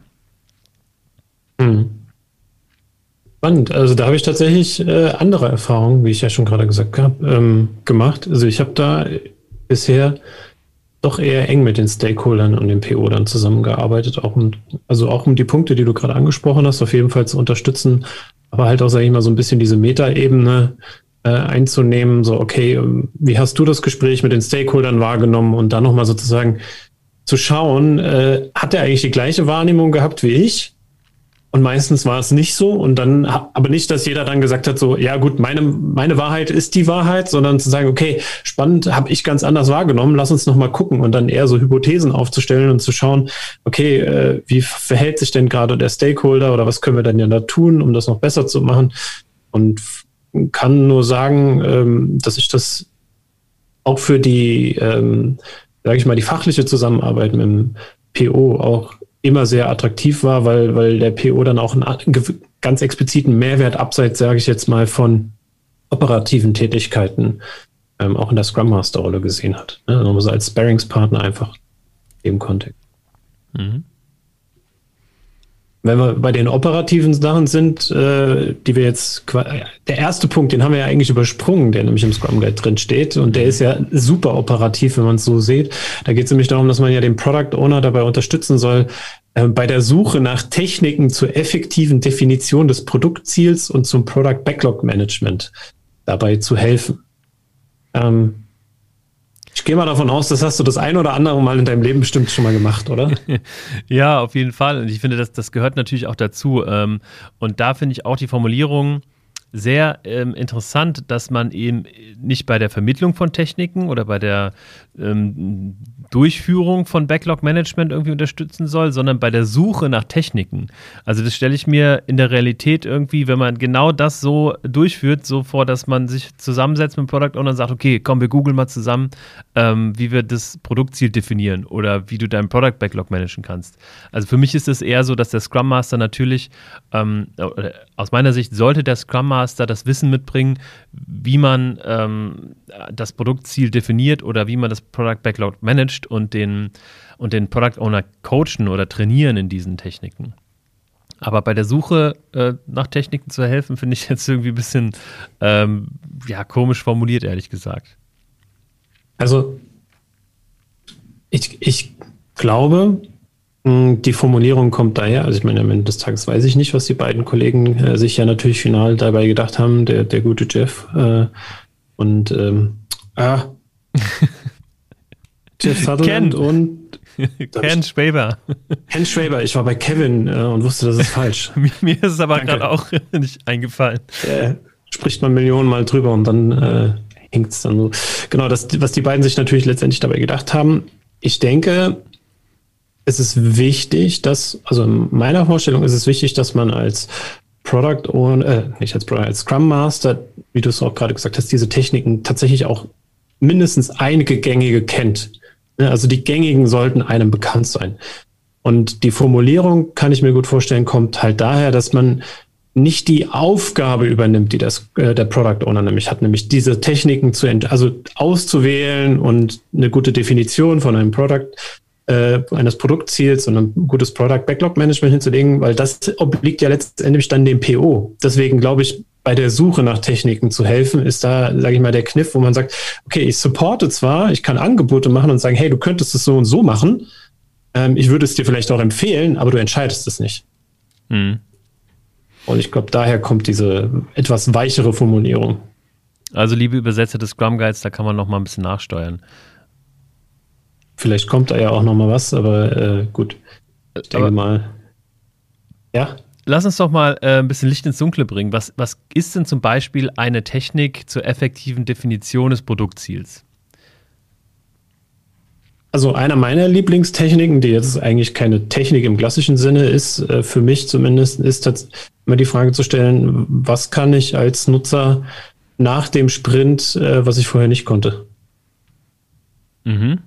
Hm. Spannend. Also da habe ich tatsächlich äh, andere Erfahrungen, wie ich ja schon gerade gesagt habe, ähm, gemacht. Also ich habe da bisher doch eher eng mit den Stakeholdern und dem P O dann zusammengearbeitet, auch um, also auch um die Punkte, die du gerade angesprochen hast, auf jeden Fall zu unterstützen, aber halt auch, sage ich mal, so ein bisschen diese Metaebene äh, einzunehmen, so okay, wie hast du das Gespräch mit den Stakeholdern wahrgenommen und dann nochmal sozusagen zu schauen, äh, hat er eigentlich die gleiche Wahrnehmung gehabt wie ich? Und meistens war es nicht so und dann, aber nicht, dass jeder dann gesagt hat, so, ja gut, meine, meine Wahrheit ist die Wahrheit, sondern zu sagen, okay, spannend, habe ich ganz anders wahrgenommen, lass uns nochmal gucken und dann eher so Hypothesen aufzustellen und zu schauen, okay, äh, wie verhält sich denn gerade der Stakeholder oder was können wir denn ja da tun, um das noch besser zu machen, und kann nur sagen, ähm, dass ich das auch für die, ähm, sage ich mal, die fachliche Zusammenarbeit mit dem P O auch immer sehr attraktiv war, weil, weil der P O dann auch einen ganz expliziten Mehrwert abseits, sage ich jetzt mal, von operativen Tätigkeiten ähm, auch in der Scrum Master Rolle gesehen hat. Ne? Also so als Sparringspartner einfach im Kontext. Mhm. Wenn wir bei den operativen Sachen sind, äh, die wir jetzt, der erste Punkt, den haben wir ja eigentlich übersprungen, der nämlich im Scrum Guide drin steht und der ist ja super operativ, wenn man es so sieht. Da geht es nämlich darum, dass man ja den Product Owner dabei unterstützen soll, äh, bei der Suche nach Techniken zur effektiven Definition des Produktziels und zum Product Backlog Management dabei zu helfen. Ähm, Ich gehe mal davon aus, das hast du das ein oder andere Mal in deinem Leben bestimmt schon mal gemacht, oder? Ja, auf jeden Fall. Und ich finde, das, das gehört natürlich auch dazu. Und da finde ich auch die Formulierung sehr ähm, interessant, dass man eben nicht bei der Vermittlung von Techniken oder bei der ähm, Durchführung von Backlog-Management irgendwie unterstützen soll, sondern bei der Suche nach Techniken. Also das stelle ich mir in der Realität irgendwie, wenn man genau das so durchführt, so vor, dass man sich zusammensetzt mit dem Product Owner und sagt, okay, komm, wir googeln mal zusammen, ähm, wie wir das Produktziel definieren oder wie du deinen Product Backlog managen kannst. Also für mich ist es eher so, dass der Scrum Master natürlich, ähm, aus meiner Sicht sollte der Scrum Master das Wissen mitbringen, wie man ähm, das Produktziel definiert oder wie man das Product Backlog managt und den, und den Product Owner coachen oder trainieren in diesen Techniken. Aber bei der Suche äh, nach Techniken zu helfen, finde ich jetzt irgendwie ein bisschen ähm, ja, komisch formuliert, ehrlich gesagt. Also ich, ich glaube, die Formulierung kommt daher, also ich meine, am Ende des Tages weiß ich nicht, was die beiden Kollegen äh, sich ja natürlich final dabei gedacht haben, der, der gute Jeff äh, und ähm, ah, Jeff Sutherland Ken. und Ken Schwaber. Ken Schwaber, ich war bei Kevin äh, und wusste, das ist falsch. mir, mir ist es aber gerade auch nicht eingefallen. Äh, spricht man Millionen Mal drüber und dann äh, hinkt es dann so. Genau, das, was die beiden sich natürlich letztendlich dabei gedacht haben. Ich denke, es ist wichtig, dass, also in meiner Vorstellung ist es wichtig, dass man als Product Owner, äh, nicht als Product, als Scrum Master, wie du es auch gerade gesagt hast, diese Techniken tatsächlich auch mindestens einige gängige kennt. Also die gängigen sollten einem bekannt sein. Und die Formulierung, kann ich mir gut vorstellen, kommt halt daher, dass man nicht die Aufgabe übernimmt, die das, äh, der Product Owner nämlich hat, nämlich diese Techniken zu, ent- also auszuwählen und eine gute Definition von einem Product Äh, eines Produktziels und ein gutes Product Backlog Management hinzulegen, weil das obliegt ja letztendlich dann dem P O. Deswegen glaube ich, bei der Suche nach Techniken zu helfen, ist da, sage ich mal, der Kniff, wo man sagt, okay, ich supporte zwar, ich kann Angebote machen und sagen, hey, du könntest es so und so machen, ähm, ich würde es dir vielleicht auch empfehlen, aber du entscheidest es nicht. Mhm. Und ich glaube, daher kommt diese etwas weichere Formulierung. Also, liebe Übersetzer des Scrum Guides, da kann man noch mal ein bisschen nachsteuern. Vielleicht kommt da ja auch noch mal was, aber äh, gut, ich denke aber mal, ja. Lass uns doch mal äh, ein bisschen Licht ins Dunkle bringen. Was, was ist denn zum Beispiel eine Technik zur effektiven Definition des Produktziels? Also einer meiner Lieblingstechniken, die jetzt eigentlich keine Technik im klassischen Sinne ist, äh, für mich zumindest, ist immer die Frage zu stellen, was kann ich als Nutzer nach dem Sprint, äh, was ich vorher nicht konnte? Mhm.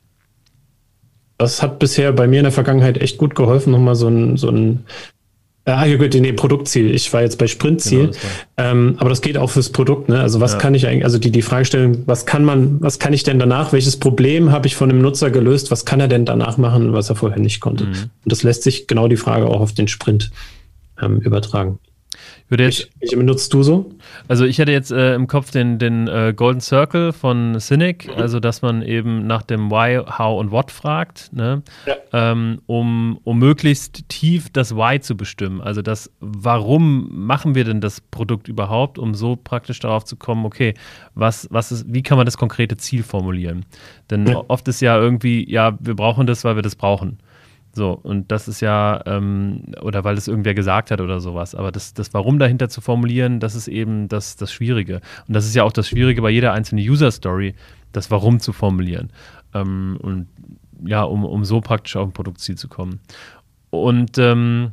Das hat bisher bei mir in der Vergangenheit echt gut geholfen, nochmal so ein, so ein Ah, ja gut, nee, Produktziel. Ich war jetzt bei Sprintziel. Genau, das ähm, aber das geht auch fürs Produkt, ne? Also was ja. kann ich eigentlich, also die, die Fragestellung, was kann man, was kann ich denn danach, welches Problem habe ich von dem Nutzer gelöst, was kann er denn danach machen, was er vorher nicht konnte? Mhm. Und das lässt sich genau die Frage auch auf den Sprint ähm, übertragen. Würde jetzt, welche benutzt du so? Also ich hatte jetzt äh, im Kopf den, den äh, Golden Circle von Cynic, mhm. also dass man eben nach dem Why, How und What fragt, ne? Ja. ähm, um, um möglichst tief das Why zu bestimmen. Also das, warum machen wir denn das Produkt überhaupt, um so praktisch darauf zu kommen, okay, was, was ist, wie kann man das konkrete Ziel formulieren? Denn ja. oft ist ja irgendwie, ja, wir brauchen das, weil wir das brauchen. So, und das ist ja, ähm, oder weil das irgendwer gesagt hat oder sowas, aber das, das Warum dahinter zu formulieren, das ist eben das, das Schwierige. Und das ist ja auch das Schwierige bei jeder einzelnen User-Story, das Warum zu formulieren. Ähm, und ja, um, um so praktisch auf ein Produktziel zu kommen. Und ähm,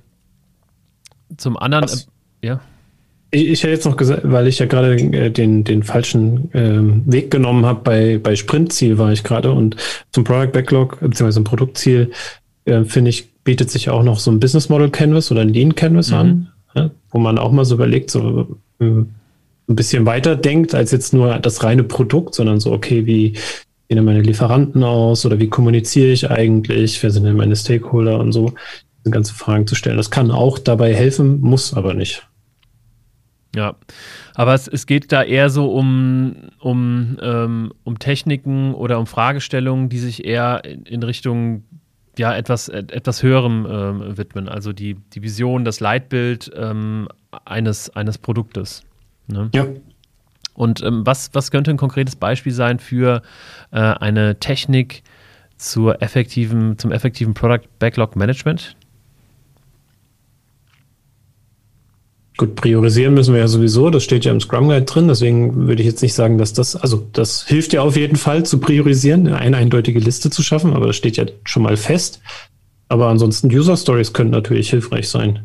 zum anderen, äh, ja. Ich, ich hätte jetzt noch gesagt, weil ich ja gerade äh, den, den falschen ähm, Weg genommen habe, bei, bei Sprintziel war ich gerade und zum Product Backlog, beziehungsweise zum Produktziel, finde ich, bietet sich auch noch so ein Business Model Canvas oder ein Lean Canvas mhm. an, ja, wo man auch mal so überlegt, so ein bisschen weiter denkt als jetzt nur das reine Produkt, sondern so, okay, wie sehen meine Lieferanten aus oder wie kommuniziere ich eigentlich, wer sind denn meine Stakeholder und so, diese ganzen Fragen zu stellen. Das kann auch dabei helfen, muss aber nicht. Ja, aber es, es geht da eher so um, um, ähm, um Techniken oder um Fragestellungen, die sich eher in, in Richtung ja, etwas, etwas Höherem ähm, widmen, also die, die Vision, das Leitbild ähm, eines, eines Produktes. Ne? Ja. Und ähm, was, was könnte ein konkretes Beispiel sein für äh, eine Technik zur effektiven, zum effektiven Product Backlog Management? Gut, priorisieren müssen wir ja sowieso, das steht ja im Scrum Guide drin, deswegen würde ich jetzt nicht sagen, dass das, also das hilft ja auf jeden Fall zu priorisieren, eine eindeutige Liste zu schaffen, aber das steht ja schon mal fest. Aber ansonsten User Stories können natürlich hilfreich sein.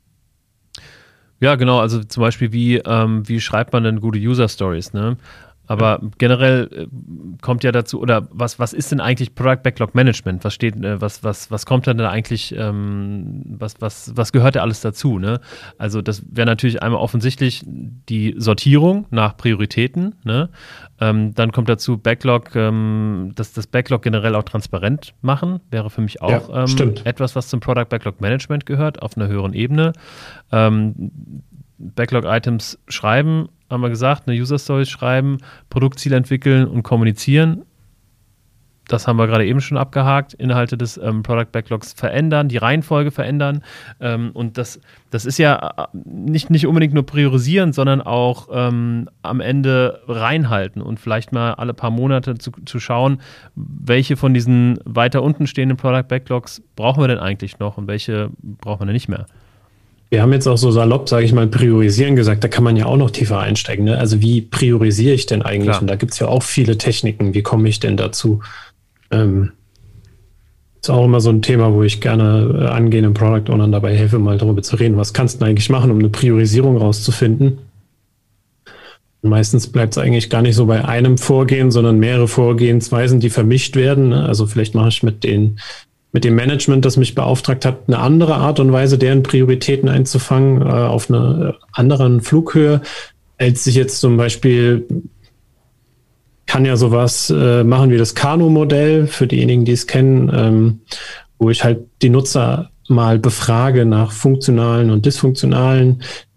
Ja, genau, also zum Beispiel, wie, ähm, wie schreibt man denn gute User Stories, ne? Aber ja. generell äh, kommt ja dazu, oder was, was ist denn eigentlich Product Backlog Management? Was steht, äh, was, was, was kommt denn da eigentlich, ähm, was, was, was gehört da alles dazu? Ne? Also das wäre natürlich einmal offensichtlich die Sortierung nach Prioritäten. Ne? Ähm, dann kommt dazu Backlog, ähm, das, das Backlog generell auch transparent machen, wäre für mich auch ja, ähm, etwas, was zum Product Backlog Management gehört, auf einer höheren Ebene. Ähm, Backlog-Items schreiben, haben wir gesagt, eine User-Stories schreiben, Produktziel entwickeln und kommunizieren. Das haben wir gerade eben schon abgehakt. Inhalte des ähm, Product Backlogs verändern, die Reihenfolge verändern. Ähm, und das, das ist ja nicht, nicht unbedingt nur priorisieren, sondern auch ähm, am Ende reinhalten und vielleicht mal alle paar Monate zu, zu schauen, welche von diesen weiter unten stehenden Product Backlogs brauchen wir denn eigentlich noch und welche brauchen wir denn nicht mehr. Wir haben jetzt auch so salopp, sage ich mal, priorisieren gesagt, da kann man ja auch noch tiefer einsteigen. Ne? Also wie priorisiere ich denn eigentlich? Klar. Und da gibt es ja auch viele Techniken. Wie komme ich denn dazu? Ähm, ist auch immer so ein Thema, wo ich gerne äh, angehenden Product Ownern dabei helfe, mal darüber zu reden. Was kannst du eigentlich machen, um eine Priorisierung rauszufinden? Und meistens bleibt es eigentlich gar nicht so bei einem Vorgehen, sondern mehrere Vorgehensweisen, die vermischt werden. Ne? Also vielleicht mache ich mit den mit dem Management, das mich beauftragt hat, eine andere Art und Weise, deren Prioritäten einzufangen, äh, auf einer anderen Flughöhe, als ich jetzt zum Beispiel, kann ja sowas äh, machen wie das Kanu-Modell, für diejenigen, die es kennen, ähm, wo ich halt die Nutzer mal befrage nach funktionalen und dysfunktionalen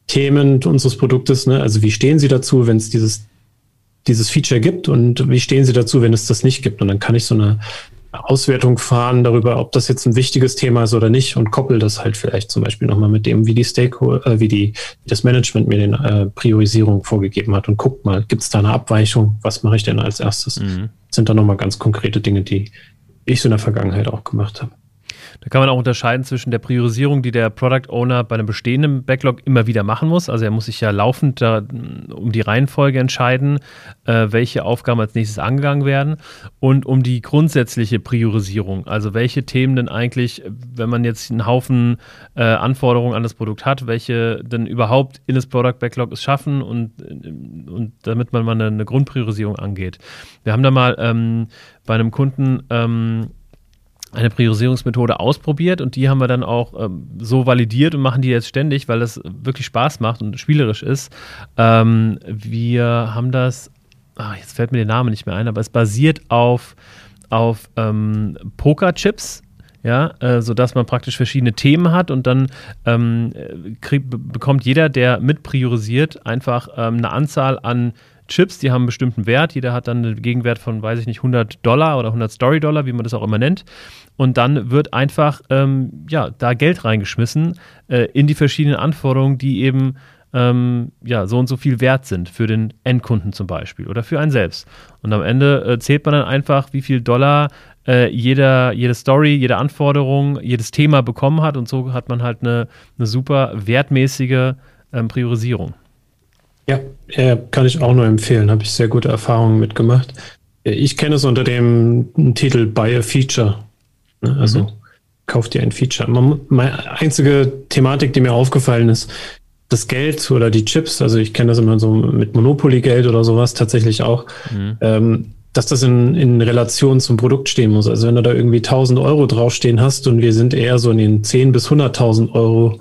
Themen unseres Produktes, ne? Also wie stehen Sie dazu, wenn es dieses, dieses Feature gibt und wie stehen Sie dazu, wenn es das nicht gibt? Und dann kann ich so eine Auswertung fahren darüber, ob das jetzt ein wichtiges Thema ist oder nicht und koppel das halt vielleicht zum Beispiel nochmal mit dem, wie die Stakeholder, äh, wie die, wie das Management mir den äh, Priorisierung vorgegeben hat und guck mal, gibt es da eine Abweichung? Was mache ich denn als erstes? Mhm. Das sind dann nochmal ganz konkrete Dinge, die ich so in der Vergangenheit auch gemacht habe. Da kann man auch unterscheiden zwischen der Priorisierung, die der Product Owner bei einem bestehenden Backlog immer wieder machen muss. Also er muss sich ja laufend da um die Reihenfolge entscheiden, äh, welche Aufgaben als nächstes angegangen werden und um die grundsätzliche Priorisierung. Also welche Themen denn eigentlich, wenn man jetzt einen Haufen äh, Anforderungen an das Produkt hat, welche denn überhaupt in das Product Backlog es schaffen und, und damit man mal eine, eine Grundpriorisierung angeht. Wir haben da mal ähm, bei einem Kunden ähm, eine Priorisierungsmethode ausprobiert und die haben wir dann auch ähm, so validiert und machen die jetzt ständig, weil das wirklich Spaß macht und spielerisch ist. Ähm, wir haben das, ach, jetzt fällt mir der Name nicht mehr ein, aber es basiert auf, auf ähm, Pokerchips, ja, äh, sodass man praktisch verschiedene Themen hat und dann ähm, krieg, bekommt jeder, der mit priorisiert, einfach ähm, eine Anzahl an Chips, die haben einen bestimmten Wert. Jeder hat dann einen Gegenwert von, weiß ich nicht, hundert Dollar oder hundert Story-Dollar, wie man das auch immer nennt. Und dann wird einfach ähm, ja, da Geld reingeschmissen äh, in die verschiedenen Anforderungen, die eben ähm, ja, so und so viel wert sind für den Endkunden zum Beispiel oder für einen selbst. Und am Ende äh, zählt man dann einfach, wie viel Dollar äh, jeder, jede Story, jede Anforderung, jedes Thema bekommen hat. Und so hat man halt eine, eine super wertmäßige ähm, Priorisierung. Ja, äh, kann ich auch nur empfehlen. Habe ich sehr gute Erfahrungen mitgemacht. Ich kenne es unter dem Titel Buy a Feature. Ne? Also mhm. Kauf dir ein Feature. Man, meine einzige Thematik, die mir aufgefallen ist, das Geld oder die Chips, also ich kenne das immer so mit Monopoly-Geld oder sowas tatsächlich auch, mhm. ähm, dass das in, in Relation zum Produkt stehen muss. Also wenn du da irgendwie tausend Euro draufstehen hast und wir sind eher so in den zehn bis hunderttausend Euro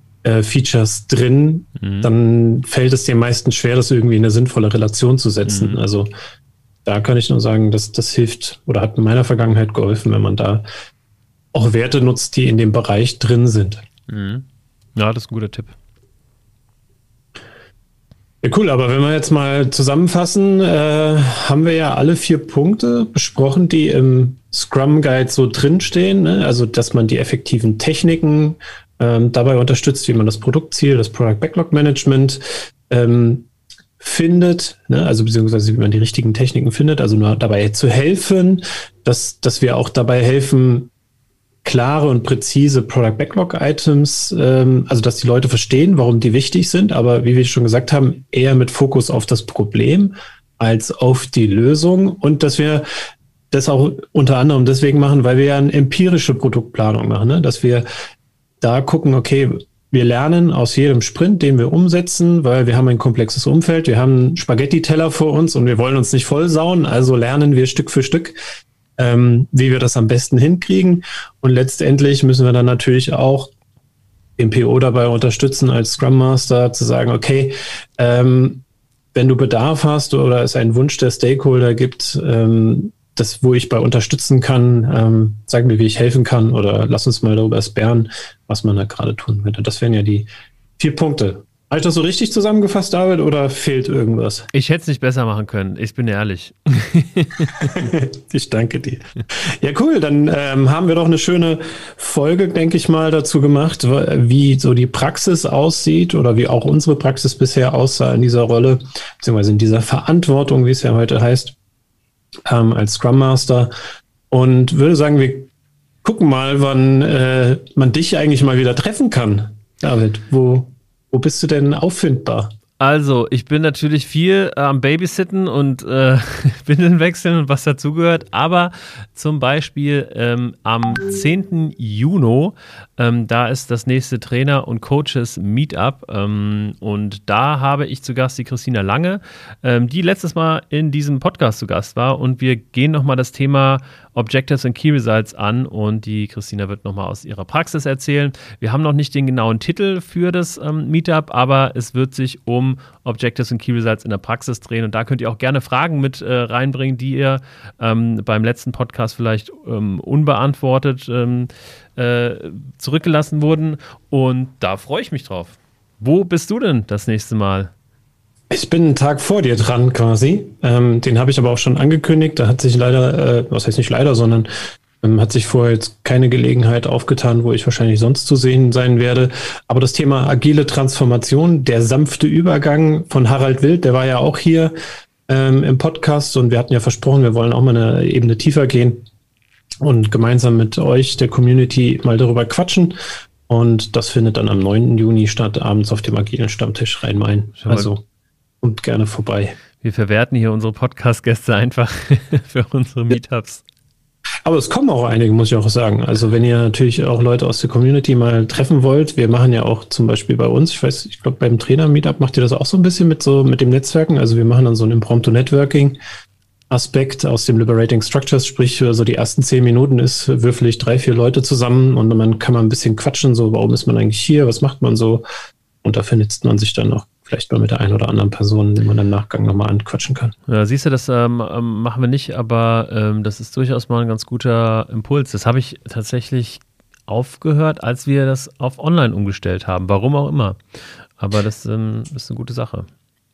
Features drin, mhm. dann fällt es dir meistens schwer, das irgendwie in eine sinnvolle Relation zu setzen. Mhm. Also da kann ich nur sagen, dass das hilft oder hat in meiner Vergangenheit geholfen, wenn man da auch Werte nutzt, die in dem Bereich drin sind. Mhm. Ja, das ist ein guter Tipp. Ja, cool, aber wenn wir jetzt mal zusammenfassen, äh, haben wir ja alle vier Punkte besprochen, die im Scrum Guide so drinstehen, ne? Also dass man die effektiven Techniken ähm, dabei unterstützt, wie man das Produktziel, das Product Backlog Management ähm, findet, ne? Also beziehungsweise wie man die richtigen Techniken findet, also nur dabei zu helfen, dass, dass wir auch dabei helfen, klare und präzise Product Backlog Items, ähm, also dass die Leute verstehen, warum die wichtig sind, aber wie wir schon gesagt haben, eher mit Fokus auf das Problem als auf die Lösung und dass wir das auch unter anderem deswegen machen, weil wir ja eine empirische Produktplanung machen, ne? Dass wir da gucken, okay, wir lernen aus jedem Sprint, den wir umsetzen, weil wir haben ein komplexes Umfeld, wir haben einen Spaghetti-Teller vor uns und wir wollen uns nicht vollsauen, also lernen wir Stück für Stück, ähm, wie wir das am besten hinkriegen. Und letztendlich müssen wir dann natürlich auch den P O dabei unterstützen als Scrum Master zu sagen, okay, ähm, wenn du Bedarf hast oder es einen Wunsch der Stakeholder gibt, ähm, das, wo ich bei unterstützen kann, ähm, sag mir, wie ich helfen kann oder lass uns mal darüber sperren, was man da gerade tun würde. Das wären ja die vier Punkte. Habe ich das so richtig zusammengefasst, David, oder fehlt irgendwas? Ich hätte es nicht besser machen können, ich bin ehrlich. Ich danke dir. Ja, cool, dann ähm, haben wir doch eine schöne Folge, denke ich mal, dazu gemacht, wie so die Praxis aussieht oder wie auch unsere Praxis bisher aussah in dieser Rolle, beziehungsweise in dieser Verantwortung, wie es ja heute heißt, ähm, als Scrum Master. Und würde sagen, wir gucken mal, wann äh, man dich eigentlich mal wieder treffen kann, David. Wo Wo bist du denn auffindbar? Also, ich bin natürlich viel am Babysitten und äh, Windeln wechseln und was dazugehört, aber zum Beispiel ähm, am zehnten Juni, ähm, da ist das nächste Trainer- und Coaches-Meetup ähm, und da habe ich zu Gast die Christina Lange, ähm, die letztes Mal in diesem Podcast zu Gast war und wir gehen nochmal das Thema Objectives und Key Results an und die Christina wird nochmal aus ihrer Praxis erzählen. Wir haben noch nicht den genauen Titel für das ähm, Meetup, aber es wird sich um Objectives und Key Results in der Praxis drehen und da könnt ihr auch gerne Fragen mit äh, reinbringen, die ihr ähm, beim letzten Podcast vielleicht ähm, unbeantwortet ähm, äh, zurückgelassen wurden und da freue ich mich drauf. wo bist du denn das nächste Mal? Ich bin einen Tag vor dir dran quasi. Ähm, den habe ich aber auch schon angekündigt. Da hat sich leider, äh, was heißt nicht leider, sondern ähm, hat sich vorher jetzt keine Gelegenheit aufgetan, wo ich wahrscheinlich sonst zu sehen sein werde. Aber das Thema agile Transformation, der sanfte Übergang von Harald Wild, der war ja auch hier ähm, im Podcast und wir hatten ja versprochen, wir wollen auch mal eine Ebene tiefer gehen und gemeinsam mit euch, der Community, mal darüber quatschen. Und das findet dann am neunten Juni statt, abends auf dem agilen Stammtisch Rhein-Main. Also kommt gerne vorbei. Wir verwerten hier unsere Podcast-Gäste einfach für unsere Meetups. Aber es kommen auch einige, muss ich auch sagen. Also wenn ihr natürlich auch Leute aus der Community mal treffen wollt, wir machen ja auch zum Beispiel bei uns, ich weiß, ich glaube beim Trainer-Meetup macht ihr das auch so ein bisschen mit so mit dem Netzwerken. Also wir machen dann so ein Impromptu-Networking-Aspekt aus dem Liberating Structures, sprich so also die ersten zehn Minuten ist würfel ich drei, vier Leute zusammen und dann kann man ein bisschen quatschen, so warum ist man eigentlich hier, was macht man so? Und da vernetzt man sich dann auch vielleicht mal mit der einen oder anderen Person, die man im Nachgang nochmal anquatschen kann. Ja, siehst du, das ähm, machen wir nicht, aber ähm, das ist durchaus mal ein ganz guter Impuls. Das habe ich tatsächlich aufgehört, als wir das auf online umgestellt haben. Warum auch immer. Aber das ähm, ist eine gute Sache.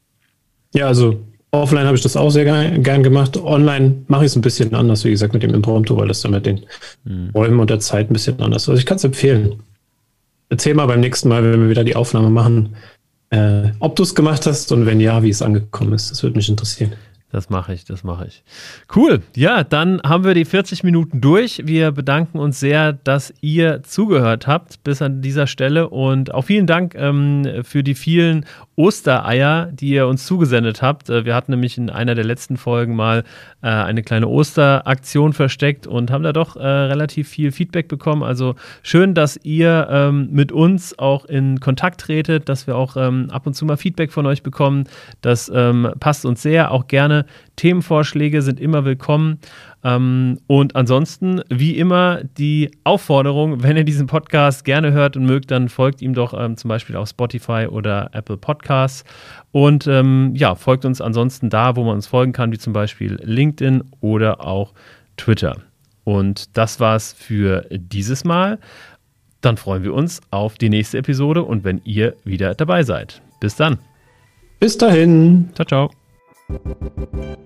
Ja, also offline habe ich das auch sehr gern, gern gemacht. Online mache ich es ein bisschen anders, wie gesagt, mit dem Impromptu, weil das dann mit den hm. Räumen und der Zeit ein bisschen anders ist. Also ich kann es empfehlen. Erzähl mal beim nächsten Mal, wenn wir wieder die Aufnahme machen, Äh, ob du es gemacht hast und wenn ja, wie es angekommen ist. Das würde mich interessieren. Das mache ich, das mache ich. Cool. Ja, dann haben wir die vierzig Minuten durch. Wir bedanken uns sehr, dass ihr zugehört habt bis an dieser Stelle und auch vielen Dank ähm, für die vielen Ostereier, die ihr uns zugesendet habt. Wir hatten nämlich in einer der letzten Folgen mal äh, eine kleine Osteraktion versteckt und haben da doch äh, relativ viel Feedback bekommen. Also schön, dass ihr ähm, mit uns auch in Kontakt tretet, dass wir auch ähm, ab und zu mal Feedback von euch bekommen. Das ähm, passt uns sehr, auch gerne. Themenvorschläge sind immer willkommen. Ähm, und ansonsten, wie immer, die Aufforderung, wenn ihr diesen Podcast gerne hört und mögt, dann folgt ihm doch ähm, zum Beispiel auf Spotify oder Apple Podcasts. Und ähm, ja, folgt uns ansonsten da, wo man uns folgen kann, wie zum Beispiel LinkedIn oder auch Twitter. Und das war's für dieses Mal. Dann freuen wir uns auf die nächste Episode und wenn ihr wieder dabei seid. Bis dann. Bis dahin. Ciao, ciao.